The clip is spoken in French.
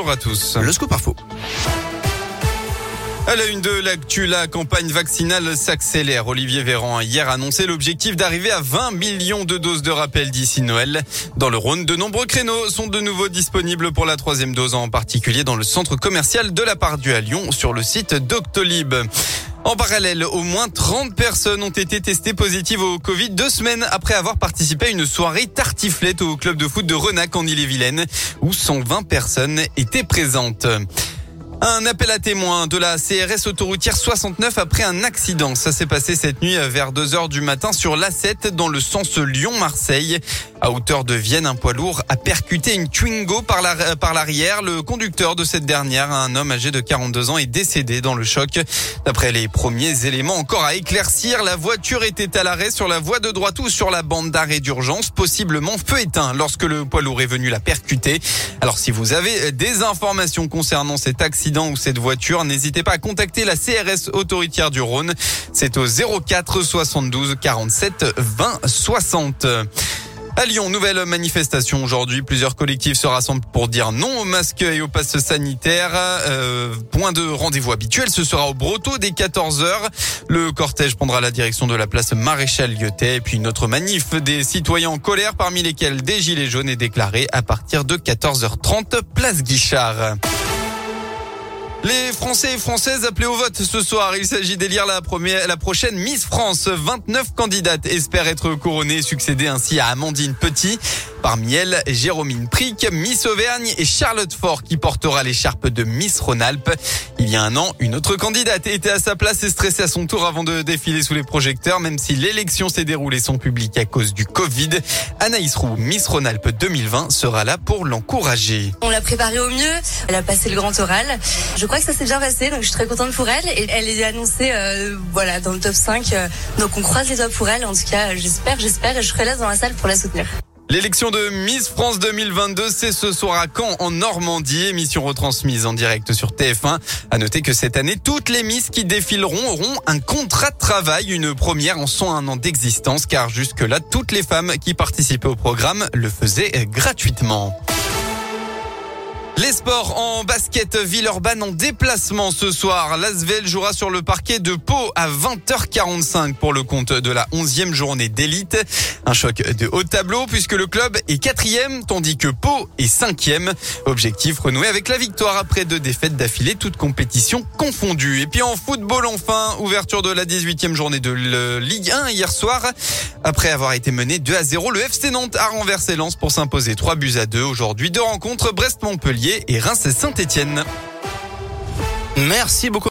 bonjour à tous. Le scoop info. À la une de l'actu, la campagne vaccinale s'accélère. Olivier Véran a hier annoncé l'objectif d'arriver à 20 millions de doses de rappel d'ici Noël. Dans le Rhône, de nombreux créneaux sont de nouveau disponibles pour la troisième dose, en particulier dans le centre commercial de la Part-Dieu à Lyon, sur le site Doctolib. En parallèle, au moins 30 personnes ont été testées positives au Covid 2 semaines après avoir participé à une soirée tartiflette au club de foot de Renac en Ille-et-Vilaine, où 120 personnes étaient présentes. Un appel à témoins de la CRS autoroutière 69 après un accident. Ça s'est passé cette nuit vers 2h du matin sur l'A7 dans le sens Lyon-Marseille. À hauteur de Vienne, un poids lourd a percuté une Twingo par l'arrière. Le conducteur de cette dernière, un homme âgé de 42 ans, est décédé dans le choc. D'après les premiers éléments encore à éclaircir, la voiture était à l'arrêt sur la voie de droite ou sur la bande d'arrêt d'urgence, possiblement feu éteint lorsque le poids lourd est venu la percuter. Alors si vous avez des informations concernant cet accident ou cette voiture, n'hésitez pas à contacter la CRS autoroutière du Rhône. C'est au 04 72 47 20 60. À Lyon, nouvelle manifestation aujourd'hui. Plusieurs collectifs se rassemblent pour dire non au masque et au pass sanitaire. Point de rendez-vous habituel, ce sera au Brotteau dès 14h. Le cortège prendra la direction de la place Maréchal-Lyotet. Et puis une autre manif des citoyens en colère, parmi lesquels des gilets jaunes, est déclarée à partir de 14h30, place Guichard. Les Français et Françaises appelés au vote ce soir. Il s'agit d'élire la prochaine Miss France. 29 candidates espèrent être couronnées et succéder ainsi à Amandine Petit. Parmi elles, Jérôme Prick, Miss Auvergne et Charlotte Fort qui portera l'écharpe de Miss Rhône-Alpes. Il y a un an, une autre candidate était à sa place et stressée à son tour avant de défiler sous les projecteurs, même si l'élection s'est déroulée sans public à cause du Covid. Anaïs Roux, Miss Rhône-Alpes 2020, sera là pour l'encourager. On l'a préparée au mieux. Elle a passé le grand oral. Je crois que ça s'est bien passé, donc je suis très contente pour elle. Et elle est annoncée dans le top 5. Donc on croise les doigts pour elle. En tout cas, j'espère. Et je serai là dans la salle pour la soutenir. L'élection de Miss France 2022, c'est ce soir à Caen, en Normandie. Émission retransmise en direct sur TF1. À noter que cette année, toutes les Miss qui défileront auront un contrat de travail, une première en 101 ans d'existence, car jusque-là, toutes les femmes qui participaient au programme le faisaient gratuitement. Les sports en basket, Villeurbanne en déplacement ce soir. L'Asvel jouera sur le parquet de Pau à 20h45 pour le compte de la 11e journée d'élite. Un choc de haut tableau puisque le club est 4e tandis que Pau est 5e. Objectif renoué avec la victoire après 2 défaites d'affilée, toutes compétitions confondues. Et puis en football enfin, ouverture de la 18e journée de Ligue 1 hier soir. Après avoir été mené 2-0, le FC Nantes a renversé Lens pour s'imposer 3-2. Aujourd'hui, 2 rencontres, Brest-Montpellier et Reims-Saint-Etienne. Merci beaucoup.